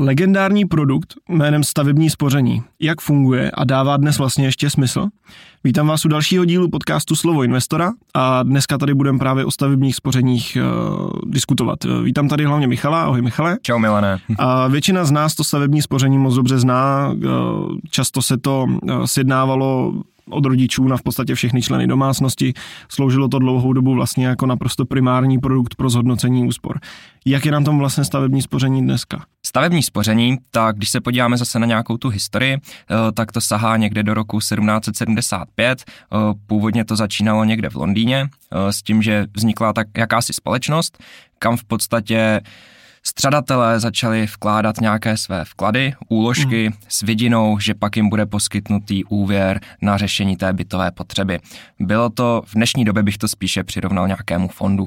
Legendární produkt jménem stavební spoření. Jak funguje a dává dnes vlastně ještě smysl? Vítám vás u dalšího dílu podcastu Slovo investora a dneska tady budeme právě o stavebních spořeních diskutovat. Vítám tady hlavně Michala. Ahoj Michale. Čau Milane. A většina z nás to stavební spoření moc dobře zná. Často se to sjednávalo od rodičů na v podstatě všechny členy domácnosti. Sloužilo to dlouhou dobu vlastně jako naprosto primární produkt pro zhodnocení úspor. Jak je na tom vlastně stavební spoření dneska? Stavební spoření, tak když se podíváme zase na nějakou tu historii, tak to sahá někde do roku 1775. Původně to začínalo někde v Londýně s tím, že vznikla tak jakási společnost, kam v podstatě střadatelé začali vkládat nějaké své vklady, úložky s vidinou, že pak jim bude poskytnutý úvěr na řešení té bytové potřeby. Bylo to, v dnešní době bych to spíše přirovnal nějakému fondu.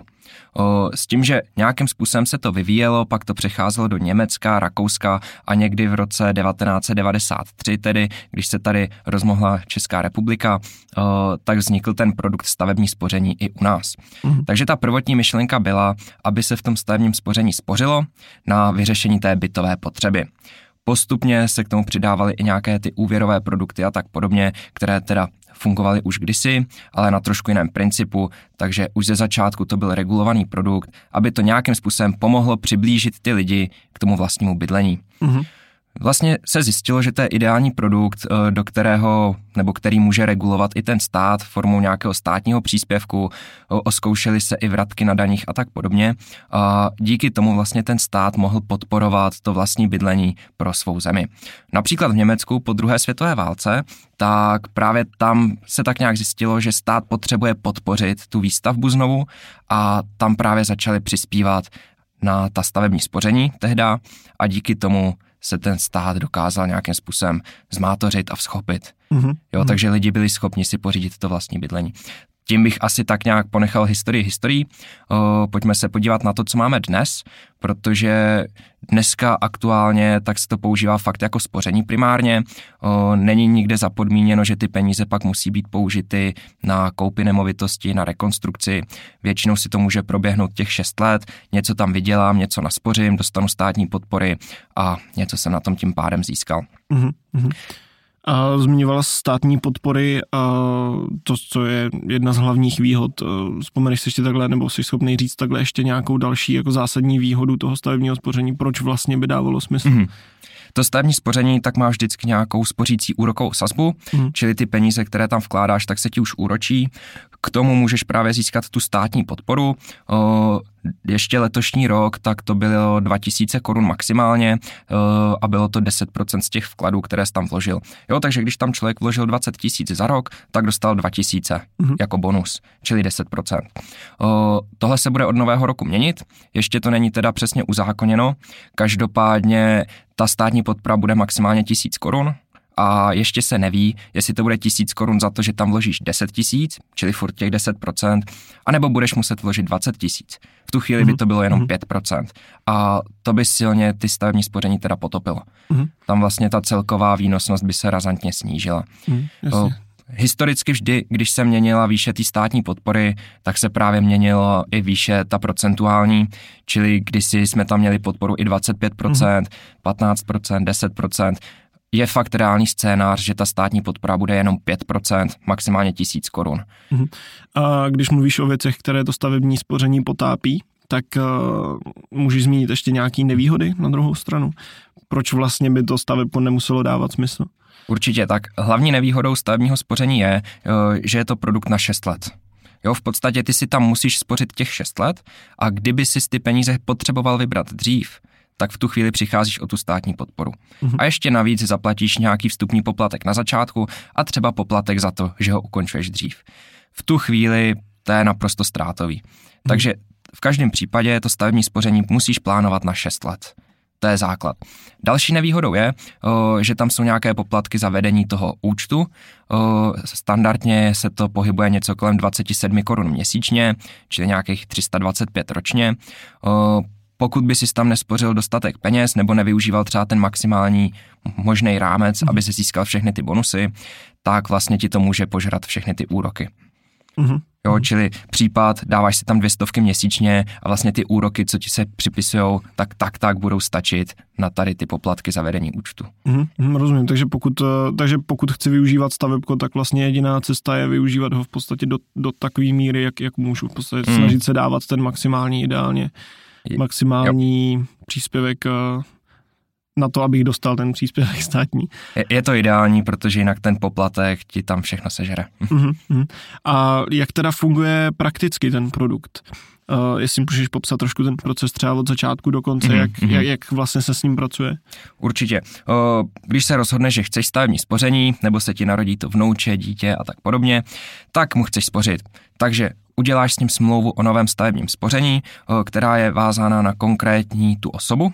S tím, že nějakým způsobem se to vyvíjelo, pak to přecházelo do Německa, Rakouska a někdy v roce 1993, tedy když se tady rozmohla Česká republika, tak vznikl ten produkt stavební spoření i u nás. Takže ta prvotní myšlenka byla, aby se v tom stavebním spoření spořilo na vyřešení té bytové potřeby. Postupně se k tomu přidávaly i nějaké ty úvěrové produkty a tak podobně, které teda fungovaly už kdysi, ale na trošku jiném principu, takže už ze začátku to byl regulovaný produkt, aby to nějakým způsobem pomohlo přiblížit ty lidi k tomu vlastnímu bydlení. Vlastně se zjistilo, že to je ideální produkt, do kterého, nebo který může regulovat i ten stát formou nějakého státního příspěvku, oskoušely se i vratky na daních a tak podobně. A díky tomu vlastně ten stát mohl podporovat to vlastní bydlení pro svou zemi. Například v Německu po druhé světové válce, tak právě tam se tak nějak zjistilo, že stát potřebuje podpořit tu výstavbu znovu a tam právě začali přispívat na ta stavební spoření tehda a díky tomu se ten stát dokázal nějakým způsobem zmátořit a vzchopit. Takže lidi byli schopni si pořídit to vlastní bydlení. Tím bych asi tak nějak ponechal historii. Pojďme se podívat na to, co máme dnes, protože dneska aktuálně tak se to používá fakt jako spoření primárně. Není nikde zapodmíněno, že ty peníze pak musí být použity na koupi nemovitosti, na rekonstrukci. Většinou si to může proběhnout těch 6 let, něco tam vydělám, něco naspořím, dostanu státní podpory a něco jsem na tom tím pádem získal. A zmiňovala státní podpory a to, co je jedna z hlavních výhod. Vzpomeneš si ještě takhle, nebo jsi schopný říct takhle ještě nějakou další jako zásadní výhodu toho stavebního spoření, proč vlastně by dávalo smysl? To stavební spoření tak má vždycky nějakou spořící úrokovou sazbu, čili ty peníze, které tam vkládáš, tak se ti už úročí. K tomu můžeš právě získat tu státní podporu. Ještě letošní rok, tak to bylo 2000 korun maximálně a bylo to 10% z těch vkladů, které jsi tam vložil. Takže když tam člověk vložil 20 000 za rok, tak dostal 2000 jako bonus, čili 10%. Tohle se bude od nového roku měnit, ještě to není teda přesně uzákoněno, každopádně ta státní podpora bude maximálně 1000 korun. A ještě se neví, jestli to bude 1000 korun za to, že tam vložíš 10 000, čili furt těch 10%, anebo budeš muset vložit 20 000. V tu chvíli by to bylo jenom 5%. A to by silně ty stavební spoření teda potopilo. Tam vlastně ta celková výnosnost by se razantně snížila. Historicky vždy, když se měnila výše té státní podpory, tak se právě měnilo i výše ta procentuální, čili kdysi jsme tam měli podporu i 25%, 15%, 10%, je fakt reálný scénář, že ta státní podpora bude jenom 5%, maximálně 1000 korun. A když mluvíš o věcech, které to stavební spoření potápí, tak můžeš zmínit ještě nějaký nevýhody na druhou stranu? Proč vlastně by to stavebko nemuselo dávat smysl? Určitě, tak hlavní nevýhodou stavebního spoření je, že je to produkt na 6 let. V podstatě ty si tam musíš spořit těch 6 let a kdyby si ty peníze potřeboval vybrat dřív, tak v tu chvíli přicházíš o tu státní podporu. A ještě navíc zaplatíš nějaký vstupní poplatek na začátku a třeba poplatek za to, že ho ukončuješ dřív. V tu chvíli to je naprosto ztrátový. Takže v každém případě to stavební spoření musíš plánovat na 6 let. To je základ. Další nevýhodou je, že tam jsou nějaké poplatky za vedení toho účtu. Standardně se to pohybuje něco kolem 27 korun měsíčně, čili nějakých 325 ročně. Pokud by si tam nespořil dostatek peněz nebo nevyužíval třeba ten maximální možný rámec, aby si získal všechny ty bonusy, tak vlastně ti to může požrat všechny ty úroky. Jo, čili případ, dáváš si tam 200 měsíčně a vlastně ty úroky, co ti se připisujou, tak budou stačit na tady ty poplatky za vedení účtu. Rozumím, takže pokud chci využívat stavebko, tak vlastně jediná cesta je využívat ho v podstatě do takové míry, jak můžu. V podstatě snažit se dávat ten maximální, ideálně maximální příspěvek na to, abych dostal ten příspěvek státní. Je to ideální, protože jinak ten poplatek ti tam všechno sežere. A jak teda funguje prakticky ten produkt? Jestli můžeš popsat trošku ten proces třeba od začátku do konce, jak vlastně se s ním pracuje? Určitě. Když se rozhodneš, že chceš stavební spoření, nebo se ti narodí to vnouče, dítě a tak podobně, tak mu chceš spořit. Takže uděláš s ním smlouvu o novém stavebním spoření, která je vázána na konkrétní tu osobu.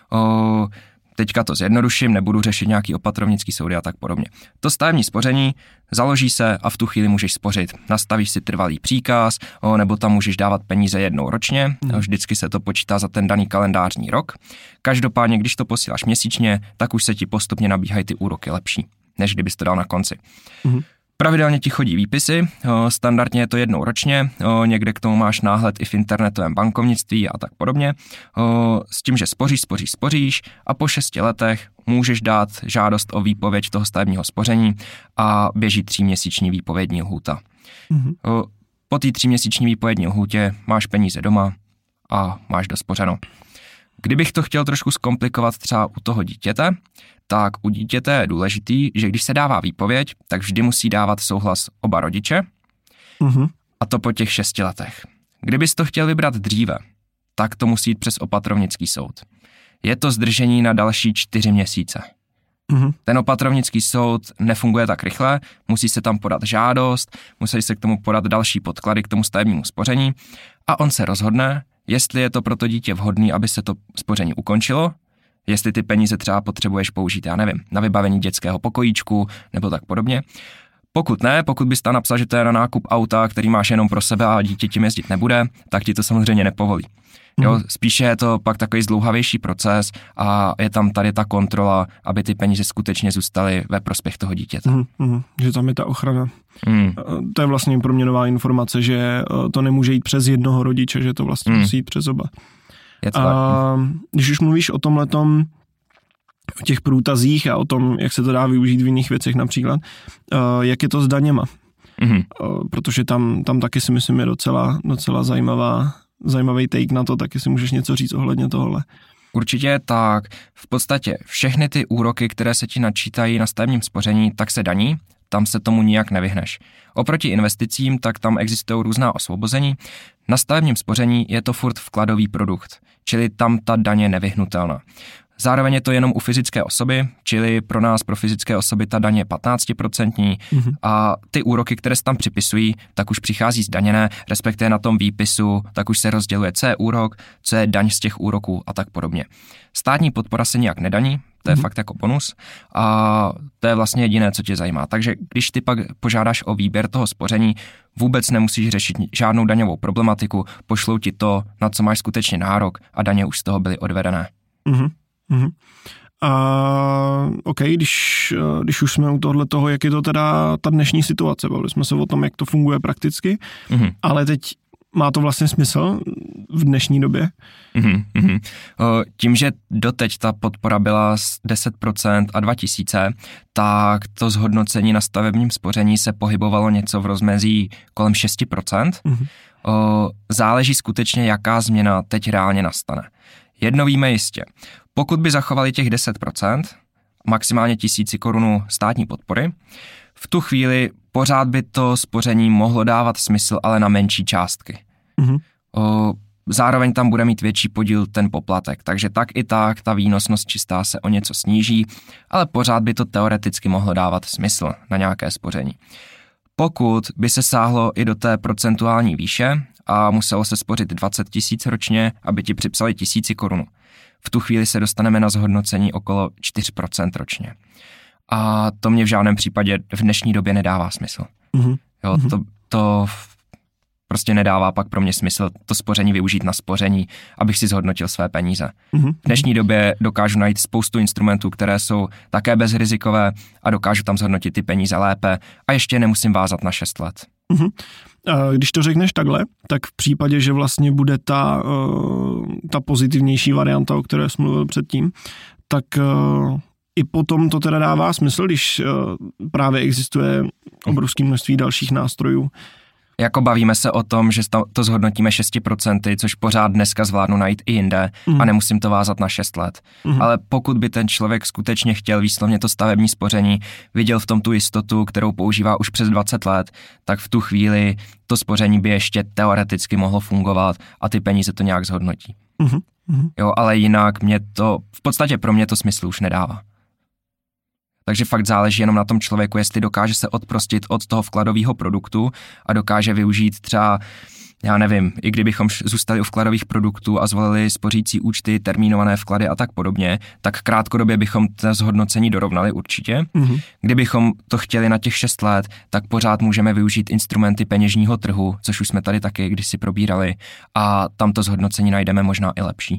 Teďka to zjednoduším, nebudu řešit nějaký opatrovnický soudy a tak podobně. To stavební spoření založí se a v tu chvíli můžeš spořit. Nastavíš si trvalý příkaz, nebo tam můžeš dávat peníze jednou ročně, vždycky se to počítá za ten daný kalendářní rok. Každopádně, když to posíláš měsíčně, tak už se ti postupně nabíhají ty úroky lepší, než kdybys to dal na konci. Pravidelně ti chodí výpisy, standardně je to jednou ročně, někde k tomu máš náhled i v internetovém bankovnictví a tak podobně, s tím, že spoříš a po 6 letech můžeš dát žádost o výpověď toho stavebního spoření a běží 3měsíční výpovědní lhůta. Po té 3měsíční výpovědní lhůtě máš peníze doma a máš dospořeno. Kdybych to chtěl trošku zkomplikovat třeba u toho dítěte, tak u dítěte je důležitý, že když se dává výpověď, tak vždy musí dávat souhlas oba rodiče, a to po těch 6 letech. Kdybys to chtěl vybrat dříve, tak to musí jít přes opatrovnický soud. Je to zdržení na další 4 měsíce. Ten opatrovnický soud nefunguje tak rychle, musí se tam podat žádost, musí se k tomu podat další podklady k tomu stavebnímu spoření a on se rozhodne, jestli je to pro to dítě vhodný, aby se to spoření ukončilo, jestli ty peníze třeba potřebuješ použít, já nevím, na vybavení dětského pokojíčku nebo tak podobně. Pokud ne, pokud bys tam napsal, že to je na nákup auta, který máš jenom pro sebe a dítě tím jezdit nebude, tak ti to samozřejmě nepovolí. Jo, spíše je to pak takový zdlouhavější proces a je tam tady ta kontrola, aby ty peníze skutečně zůstaly ve prospěch toho dítěte. Že tam je ta ochrana. To je vlastně pro mě nová informace, že to nemůže jít přes jednoho rodiče, že to vlastně musí jít přes oba. Je to tak. Když už mluvíš o tomhletom, o těch průtazích a o tom, jak se to dá využít v jiných věcech například, jak je to s daněma? Protože tam taky si myslím je docela zajímavý take na to, taky si můžeš něco říct ohledně tohohle. Určitě tak. V podstatě všechny ty úroky, které se ti načítají na stavebním spoření, tak se daní, tam se tomu nijak nevyhneš. Oproti investicím, tak tam existují různá osvobození. Na stavebním spoření je to furt vkladový produkt, čili tam ta daň je nevyhnutelná. Zároveň je to jenom u fyzické osoby, čili pro nás, pro fyzické osoby, ta daň je 15% a ty úroky, které se tam připisují, tak už přichází zdaněné, respektive na tom výpisu, tak už se rozděluje, co je úrok, co je daň z těch úroků a tak podobně. Státní podpora se nijak nedaní, to je fakt jako bonus a to je vlastně jediné, co tě zajímá. Takže když ty pak požádáš o výběr toho spoření, vůbec nemusíš řešit žádnou daňovou problematiku, pošlou ti to, na co máš skutečně nárok a daně už z toho byly odvedené. OK, když už jsme u tohle toho, jak je to teda ta dnešní situace, bavili jsme se o tom, jak to funguje prakticky, ale teď má to vlastně smysl v dnešní době? Tím, že doteď ta podpora byla 10% a 2000, tak to zhodnocení na stavebním spoření se pohybovalo něco v rozmezí kolem 6%. Záleží skutečně, jaká změna teď reálně nastane. Jedno víme jistě. Pokud by zachovali těch 10%, maximálně 1000 korun státní podpory, v tu chvíli pořád by to spoření mohlo dávat smysl, ale na menší částky. Zároveň tam bude mít větší podíl ten poplatek, takže tak i tak ta výnosnost čistá se o něco sníží, ale pořád by to teoreticky mohlo dávat smysl na nějaké spoření. Pokud by se sáhlo i do té procentuální výše a muselo se spořit 20 000 ročně, aby ti připsali 1000 korun, v tu chvíli se dostaneme na zhodnocení okolo 4% ročně. A to mě v žádném případě v dnešní době nedává smysl. Jo, to prostě nedává pak pro mě smysl to spoření využít na spoření, abych si zhodnotil své peníze. V dnešní době dokážu najít spoustu instrumentů, které jsou také bezrizikové a dokážu tam zhodnotit ty peníze lépe a ještě nemusím vázat na 6 let. Když to řekneš takhle, tak v případě, že vlastně bude ta pozitivnější varianta, o které jsem mluvil předtím, tak i potom to teda dává smysl, když právě existuje obrovské množství dalších nástrojů. Jako bavíme se o tom, že to zhodnotíme 6%, což pořád dneska zvládnu najít i jinde a nemusím to vázat na 6 let. Ale pokud by ten člověk skutečně chtěl výslovně to stavební spoření, viděl v tom tu jistotu, kterou používá už přes 20 let, tak v tu chvíli to spoření by ještě teoreticky mohlo fungovat a ty peníze to nějak zhodnotí. Jo, ale jinak v podstatě pro mě to smysl už nedává. Takže fakt záleží jenom na tom člověku, jestli dokáže se odprostit od toho vkladového produktu a dokáže využít třeba, já nevím, i kdybychom zůstali u vkladových produktů a zvolili spořící účty, termínované vklady a tak podobně, tak krátkodobě bychom to zhodnocení dorovnali určitě. Kdybychom to chtěli na těch 6 let, tak pořád můžeme využít instrumenty peněžního trhu, což už jsme tady taky kdysi probírali a tam to zhodnocení najdeme možná i lepší.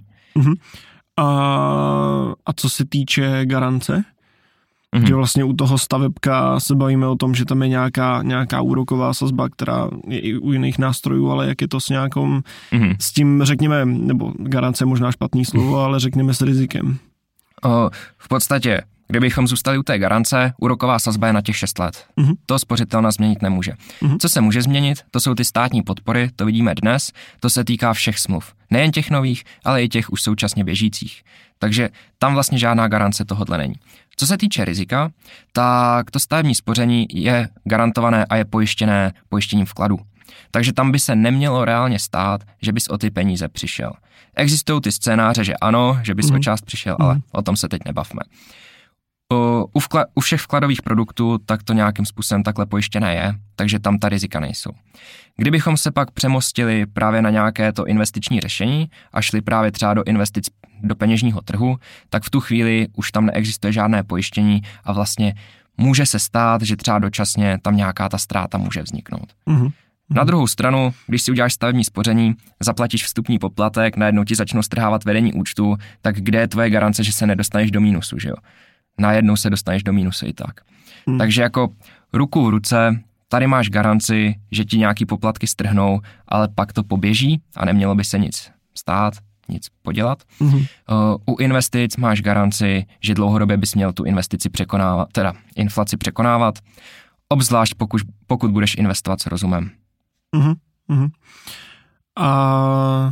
A co se týče garance? Že vlastně u toho stavebka se bavíme o tom, že tam je nějaká úroková sazba, která je i u jiných nástrojů, ale jak je to s nějakou, s tím řekněme, nebo garance je možná špatný slovo, ale řekněme s rizikem. V podstatě, kdybychom zůstali u té garance, úroková sazba je na těch 6 let. To spořitelna změnit nemůže. Co se může změnit, to jsou ty státní podpory, to vidíme dnes, to se týká všech smluv. Nejen těch nových, ale i těch už současně běžících. Takže tam vlastně žádná garance tohodle není. Co se týče rizika, tak to stavební spoření je garantované a je pojištěné pojištěním vkladu. Takže tam by se nemělo reálně stát, že bys o ty peníze přišel. Existují ty scénáře, že ano, že bys o část přišel, ale o tom se teď nebavme. U všech vkladových produktů tak to nějakým způsobem takhle pojištěné je, takže tam ta rizika nejsou. Kdybychom se pak přemostili právě na nějaké to investiční řešení a šli právě třeba do investic do peněžního trhu, tak v tu chvíli už tam neexistuje žádné pojištění a vlastně může se stát, že třeba dočasně tam nějaká ta ztráta může vzniknout. Na druhou stranu, když si uděláš stavební spoření, zaplatíš vstupní poplatek, najednou ti začnou strhávat vedení účtu, tak kde je tvoje garance, že se nedostaneš do mínusu, že jo? Najednou se dostaneš do mínusu i tak. Takže jako ruku v ruce, tady máš garanci, že ti nějaký poplatky strhnou, ale pak to poběží a nemělo by se nic stát, nic podělat. U investic máš garanci, že dlouhodobě bys měl tu investici překonávat, teda inflaci překonávat, obzvlášť pokud budeš investovat s rozumem. A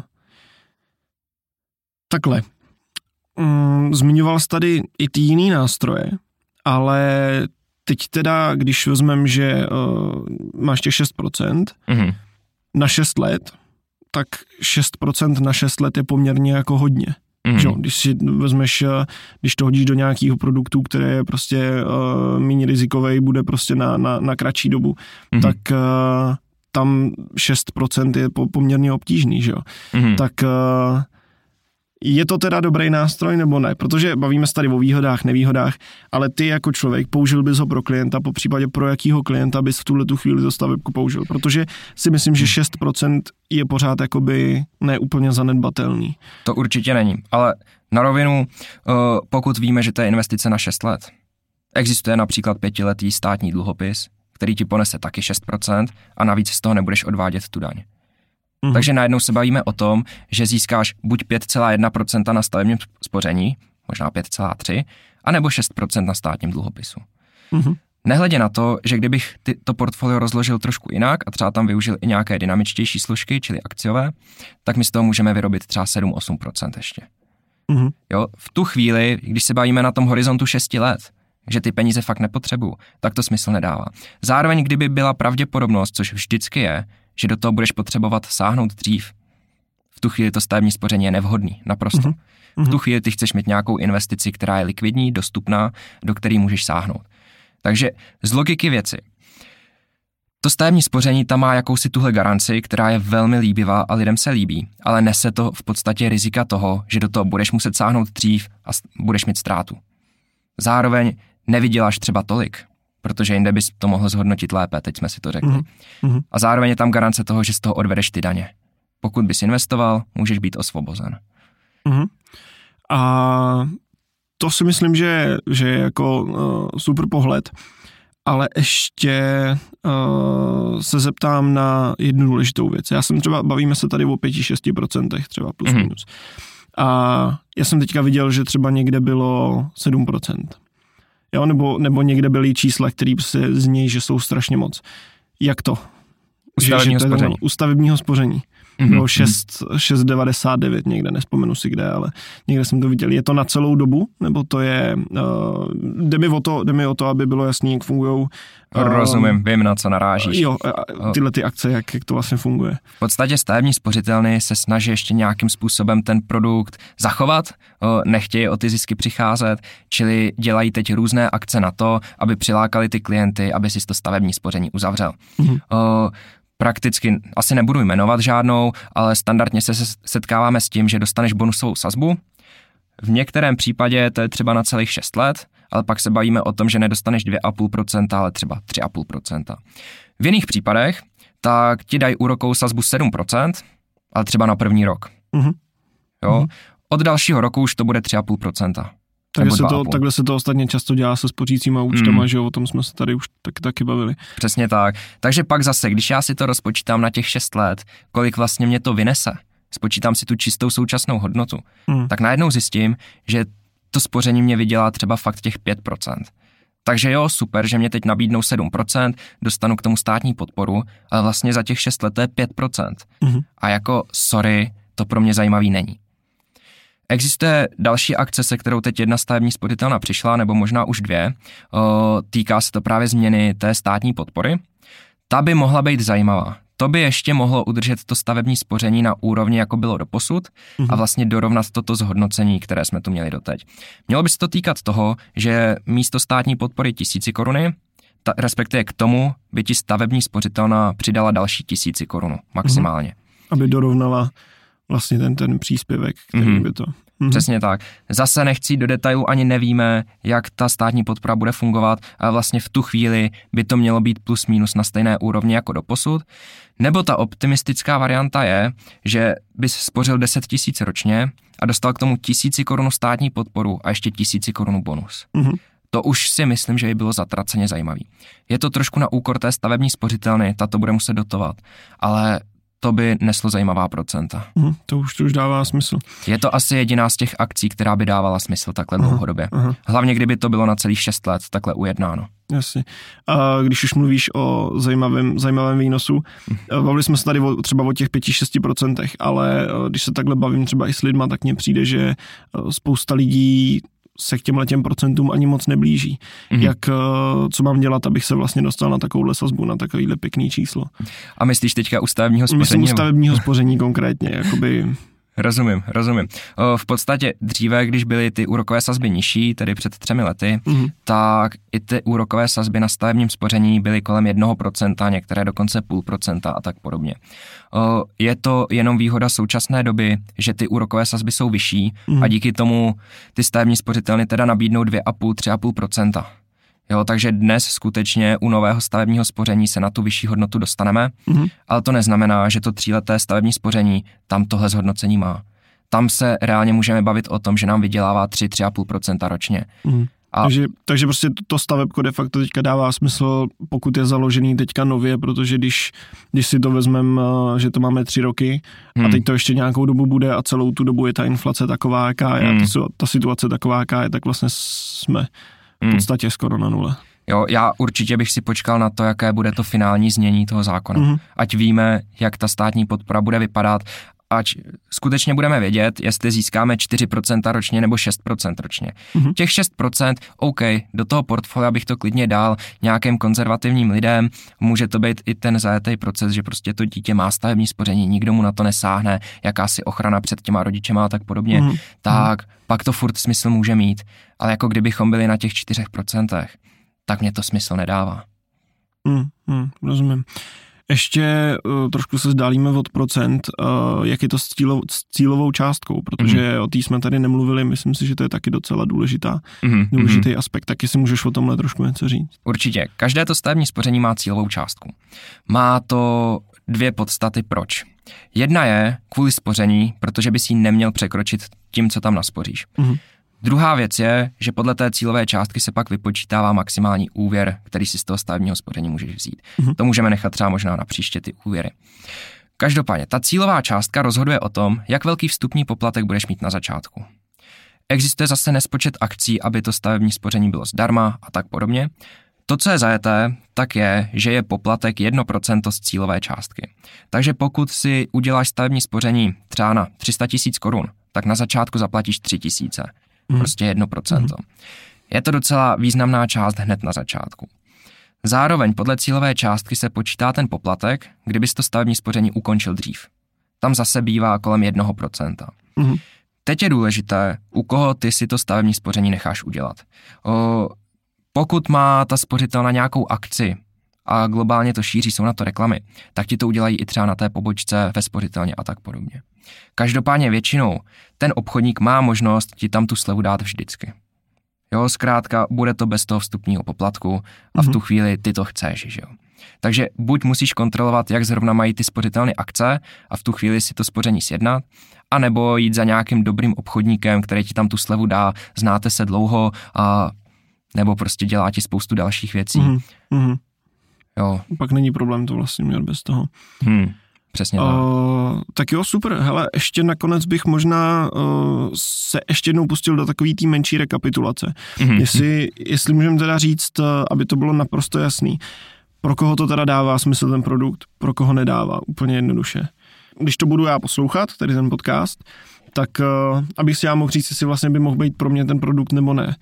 takhle. Zmiňoval jsi tady i ty jiný nástroje, ale teď teda, když vezmeme, že máš těch 6% na 6 let, tak 6% na 6 let je poměrně jako hodně. Že? Když si vezmeš, když to hodíš do nějakého produktu, který je prostě méně rizikový, bude prostě na kratší dobu, tak tam 6% je poměrně obtížný, že jo. Tak je to teda dobrý nástroj nebo ne? Protože bavíme se tady o výhodách, nevýhodách, ale ty jako člověk použil bys ho pro klienta, po případě pro jakýho klienta bys v tuhletu chvíli to stavebku použil? Protože si myslím, že 6% je pořád jakoby neúplně zanedbatelný. To určitě není, ale na rovinu, pokud víme, že to je investice na 6 let, existuje například 5letý státní dluhopis, který ti ponese taky 6% a navíc z toho nebudeš odvádět tu daň. Takže najednou se bavíme o tom, že získáš buď 5,1% na stavebním spoření, možná 5,3%, anebo 6% na státním dluhopisu. Nehledě na to, že kdybych to portfolio rozložil trošku jinak a třeba tam využil i nějaké dynamičtější složky, čili akciové, tak my z toho můžeme vyrobit třeba 7-8% ještě. Jo, v tu chvíli, když se bavíme na tom horizontu 6 let, že ty peníze fakt nepotřebuju, tak to smysl nedává. Zároveň, kdyby byla pravděpodobnost, což vždycky je, že do toho budeš potřebovat sáhnout dřív, v tu chvíli to stavební spoření je nevhodný, naprosto. V tu chvíli ty chceš mít nějakou investici, která je likvidní, dostupná, do které můžeš sáhnout. Takže z logiky věci, to stavební spoření tam má jakousi tuhle garanci, která je velmi líbivá a lidem se líbí, ale nese to v podstatě rizika toho, že do toho budeš muset sáhnout dřív a budeš mít ztrátu. Zároveň nevyděláš třeba tolik, protože jinde bys to mohl zhodnotit lépe, teď jsme si to řekli. A zároveň je tam garance toho, že z toho odvedeš ty daně. Pokud bys investoval, můžeš být osvobozen. A to si myslím, že je jako super pohled. Ale ještě se zeptám na jednu důležitou věc. Já jsem třeba, bavíme se tady o 5-6% třeba plus minus. A já jsem teďka viděl, že třeba někde bylo 7%. Jo, nebo někde byly čísla, které se zní, že jsou strašně moc. Jak to? U stavebního spoření. Bylo 6,99 někde, nespomenu si kde, ale někde jsem to viděl. Je to na celou dobu, nebo to je, jde mi o to, aby bylo jasný, jak fungujou. Rozumím, vím, na co narážíš. Jo, tyhle ty akce, jak to vlastně funguje. V podstatě stavební spořitelny se snaží ještě nějakým způsobem ten produkt zachovat, nechtějí o ty zisky přicházet, čili dělají teď různé akce na to, aby přilákali ty klienty, aby si to stavební spoření uzavřel. Prakticky asi nebudu jmenovat žádnou, ale standardně se setkáváme s tím, že dostaneš bonusovou sazbu. V některém případě to je třeba na celých 6 let, ale pak se bavíme o tom, že nedostaneš 2,5%, ale třeba 3,5%. V jiných případech tak ti dají úrokovou sazbu 7%, ale třeba na první rok. Jo? Od dalšího roku už to bude 3,5%. Takhle se to ostatně často dělá se spořícíma účtama, že o tom jsme se tady už taky bavili. Přesně tak. Takže pak zase, když já si to rozpočítám na těch 6 let, kolik vlastně mě to vynese, spočítám si tu čistou současnou hodnotu, tak najednou zjistím, že to spoření mě vydělá třeba fakt těch 5%. Takže jo, super, že mě teď nabídnou 7%, dostanu k tomu státní podporu, ale vlastně za těch 6 let to je 5%. A jako sorry, to pro mě zajímavý není. Existuje další akce, se kterou teď jedna stavební spořitelna přišla, nebo možná už 2. Týká se to právě změny té státní podpory. Ta by mohla být zajímavá. To by ještě mohlo udržet to stavební spoření na úrovni, jako bylo doposud, a vlastně dorovnat toto zhodnocení, které jsme tu měli doteď. Mělo by se to týkat toho, že místo státní podpory 1000 koruny, respektive k tomu by ti stavební spořitelna přidala další 1000 korun maximálně. Aby dorovnala vlastně ten příspěvek, který by to... Přesně tak. Zase nechci do detailu, ani nevíme, jak ta státní podpora bude fungovat, ale vlastně v tu chvíli by to mělo být plus minus na stejné úrovni jako doposud. Nebo ta optimistická varianta je, že bys spořil 10 000 ročně a dostal k tomu 1000 korun státní podporu a ještě 1000 korun bonus. To už si myslím, že by bylo zatraceně zajímavý. Je to trošku na úkor té stavební spořitelny, ta to bude muset dotovat, ale to by neslo zajímavá procenta. To už dává smysl. Je to asi jediná z těch akcí, která by dávala smysl takhle dlouhodobě. Hlavně, kdyby to bylo na celých 6 let takhle ujednáno. Jasně. A když už mluvíš o zajímavém výnosu, bavili jsme se tady třeba o těch 5-6%, ale když se takhle bavím třeba i s lidma, tak mně přijde, že spousta lidí se k těmhletěm procentům ani moc neblíží. Co mám dělat, abych se vlastně dostal na takovouhle sazbu, na takovýhle pěkný číslo. A myslíš teďka u stavebního spoření? Myslím u stavebního spoření konkrétně, jakoby... Rozumím. V podstatě dříve, když byly ty úrokové sazby nižší, tedy před 3 lety, tak i ty úrokové sazby na stavebním spoření byly kolem 1%, některé dokonce 0,5% a tak podobně. Je to jenom výhoda současné doby, že ty úrokové sazby jsou vyšší a díky tomu ty stavební spořitelny teda nabídnou 2,5-3,5%. Jo, takže dnes skutečně u nového stavebního spoření se na tu vyšší hodnotu dostaneme, ale to neznamená, že to 3leté stavební spoření tam tohle zhodnocení má. Tam se reálně můžeme bavit o tom, že nám vydělává 3-3,5% ročně. Takže prostě to stavebko de facto teďka dává smysl, pokud je založený teďka nově, protože když si to vezmeme, že to máme 3 roky a teď to ještě nějakou dobu bude a celou tu dobu je ta inflace taková, jaká je, ta situace taková, jaká je, tak vlastně jsme v podstatě skoro na nule. Jo, já určitě bych si počkal na to, jaké bude to finální znění toho zákona. Ať víme, jak ta státní podpora bude vypadat, ať skutečně budeme vědět, jestli získáme 4% ročně nebo 6% ročně. Těch 6%, OK, do toho portfolia bych to klidně dal nějakým konzervativním lidem, může to být i ten zajetý proces, že prostě to dítě má stavební spoření, nikdo mu na to nesáhne, jakási ochrana před těma rodičema a tak podobně, tak pak to furt smysl může mít, ale jako kdybychom byli na těch 4%, tak mě to smysl nedává. Rozumím. Ještě trošku se zdálíme od procent, jak je to s cílovou částkou, protože o té jsme tady nemluvili, myslím si, že to je taky docela důležitý aspekt, taky si můžeš o tomhle trošku něco říct. Určitě. Každé to stavební spoření má cílovou částku. Má to 2 podstaty proč. Jedna je kvůli spoření, protože bys ji neměl překročit tím, co tam naspoříš. Druhá věc je, že podle té cílové částky se pak vypočítává maximální úvěr, který si z toho stavebního spoření můžeš vzít. To můžeme nechat třeba možná na příště ty úvěry. Každopádně, ta cílová částka rozhoduje o tom, jak velký vstupní poplatek budeš mít na začátku. Existuje zase nespočet akcí, aby to stavební spoření bylo zdarma a tak podobně. To, co je zajeté, tak je, že je poplatek 1% z cílové částky. Takže pokud si uděláš stavební spoření třeba na 300 000 korun, tak na začátku zaplatíš 3 000. Prostě 1%. Je to docela významná část hned na začátku. Zároveň podle cílové částky se počítá ten poplatek, kdybys to stavební spoření ukončil dřív. Tam zase bývá kolem 1%. Teď je důležité, u koho ty si to stavební spoření necháš udělat. Pokud má ta spořitelna nějakou akci a globálně to šíří, jsou na to reklamy, tak ti to udělají i třeba na té pobočce ve spořitelně a tak podobně. Každopádně většinou ten obchodník má možnost ti tam tu slevu dát vždycky. Jo, zkrátka bude to bez toho vstupního poplatku a v tu chvíli ty to chceš, že jo. Takže buď musíš kontrolovat, jak zrovna mají ty spořitelné akce a v tu chvíli si to spoření sjednat, anebo jít za nějakým dobrým obchodníkem, který ti tam tu slevu dá, znáte se dlouho a nebo prostě dělá ti spoustu dalších věcí. Jo. Pak není problém to vlastně mít bez toho. Přesně tak. Tak jo, super. Hele, ještě nakonec bych možná se ještě jednou pustil do takový té menší rekapitulace. Jestli můžeme teda říct, aby to bylo naprosto jasný, pro koho to teda dává smysl ten produkt, pro koho nedává, úplně jednoduše. Když to budu já poslouchat, tady ten podcast, tak abych si já mohl říct, jestli vlastně by mohl být pro mě ten produkt nebo ne.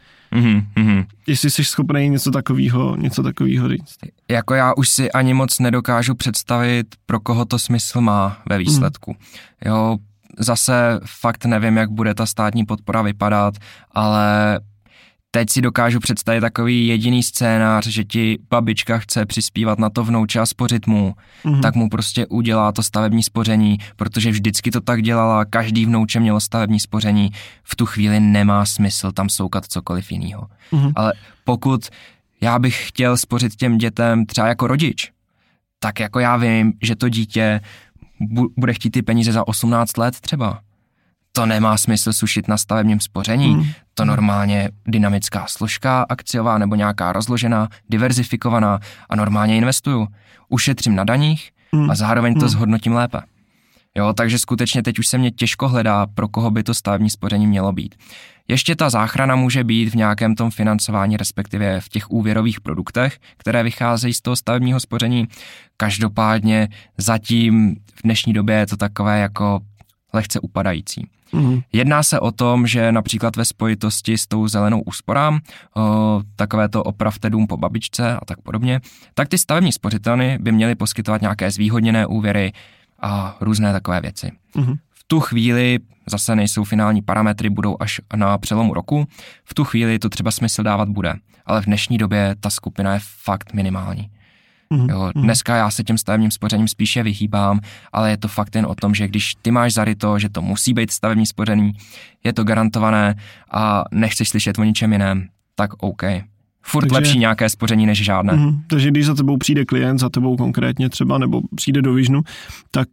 Jestli jsi schopný něco takového říct. Jako já už si ani moc nedokážu představit, pro koho to smysl má ve výsledku. Jo, zase fakt nevím, jak bude ta státní podpora vypadat, ale teď si dokážu představit takový jediný scénář, že ti babička chce přispívat na to vnouče a spořit mu, tak mu prostě udělá to stavební spoření, protože vždycky to tak dělala, každý vnouče mělo stavební spoření, v tu chvíli nemá smysl tam soukat cokoliv jinýho. Ale pokud já bych chtěl spořit těm dětem třeba jako rodič, tak jako já vím, že to dítě bude chtít ty peníze za 18 let třeba. To nemá smysl sušit na stavebním spoření, to normálně dynamická složka, akciová nebo nějaká rozložená, diverzifikovaná a normálně investuju. Ušetřím na daních a zároveň to zhodnotím lépe. Jo, takže skutečně teď už se mě těžko hledá, pro koho by to stavební spoření mělo být. Ještě ta záchrana může být v nějakém tom financování, respektive v těch úvěrových produktech, které vycházejí z toho stavebního spoření. Každopádně zatím v dnešní době je to takové jako lehce upadající. Jedná se o tom, že například ve spojitosti s tou zelenou úsporám, takové to opravte dům po babičce a tak podobně, tak ty stavební spořitelny by měly poskytovat nějaké zvýhodněné úvěry a různé takové věci. V tu chvíli zase nejsou finální parametry, budou až na přelomu roku, v tu chvíli to třeba smysl dávat bude, ale v dnešní době ta skupina je fakt minimální. Jo, dneska já se těm stavebním spořením spíše vyhýbám, ale je to fakt jen o tom, že když ty máš zaryto, že to musí být stavební spoření, je to garantované a nechceš slyšet o ničem jiném, tak OK. Furt lepší nějaké spoření než žádné. Takže když za tebou přijde klient, za tebou konkrétně třeba, nebo přijde do Visionu, tak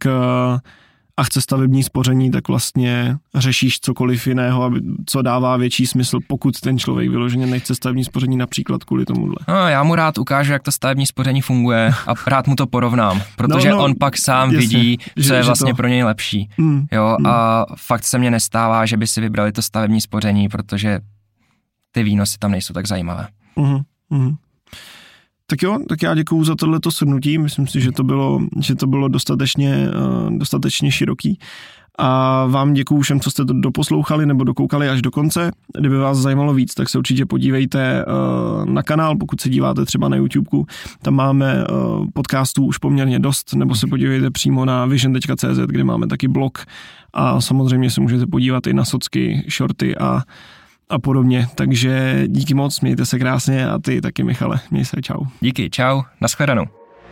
a chce stavební spoření, tak vlastně řešíš cokoliv jiného, co dává větší smysl, pokud ten člověk vyloženě nechce stavební spoření například kvůli tomuhle. No, já mu rád ukážu, jak to stavební spoření funguje a rád mu to porovnám, protože on pak sám vidí, co je vlastně pro něj lepší. Jo, a fakt se mně nestává, že by si vybrali to stavební spoření, protože ty výnosy tam nejsou tak zajímavé. Tak jo, tak já děkuju za tohleto shrnutí, myslím si, že to bylo dostatečně široký. A vám děkuju všem, co jste to doposlouchali nebo dokoukali až do konce. Kdyby vás zajímalo víc, tak se určitě podívejte na kanál, pokud se díváte třeba na YouTubeku. Tam máme podcastů už poměrně dost, nebo se podívejte přímo na vision.cz, kde máme taky blog a samozřejmě se můžete podívat i na socky, shorty a podobně. Takže díky moc, mějte se krásně a ty taky, Michale. Měj se, čau. Díky, čau, nashledanou.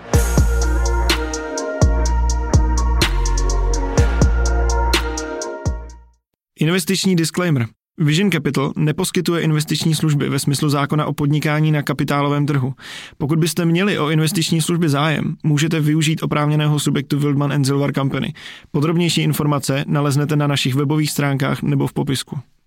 Investiční disclaimer. Vision Capital neposkytuje investiční služby ve smyslu zákona o podnikání na kapitálovém trhu. Pokud byste měli o investiční služby zájem, můžete využít oprávněného subjektu Wildman & Silver Company. Podrobnější informace naleznete na našich webových stránkách nebo v popisku.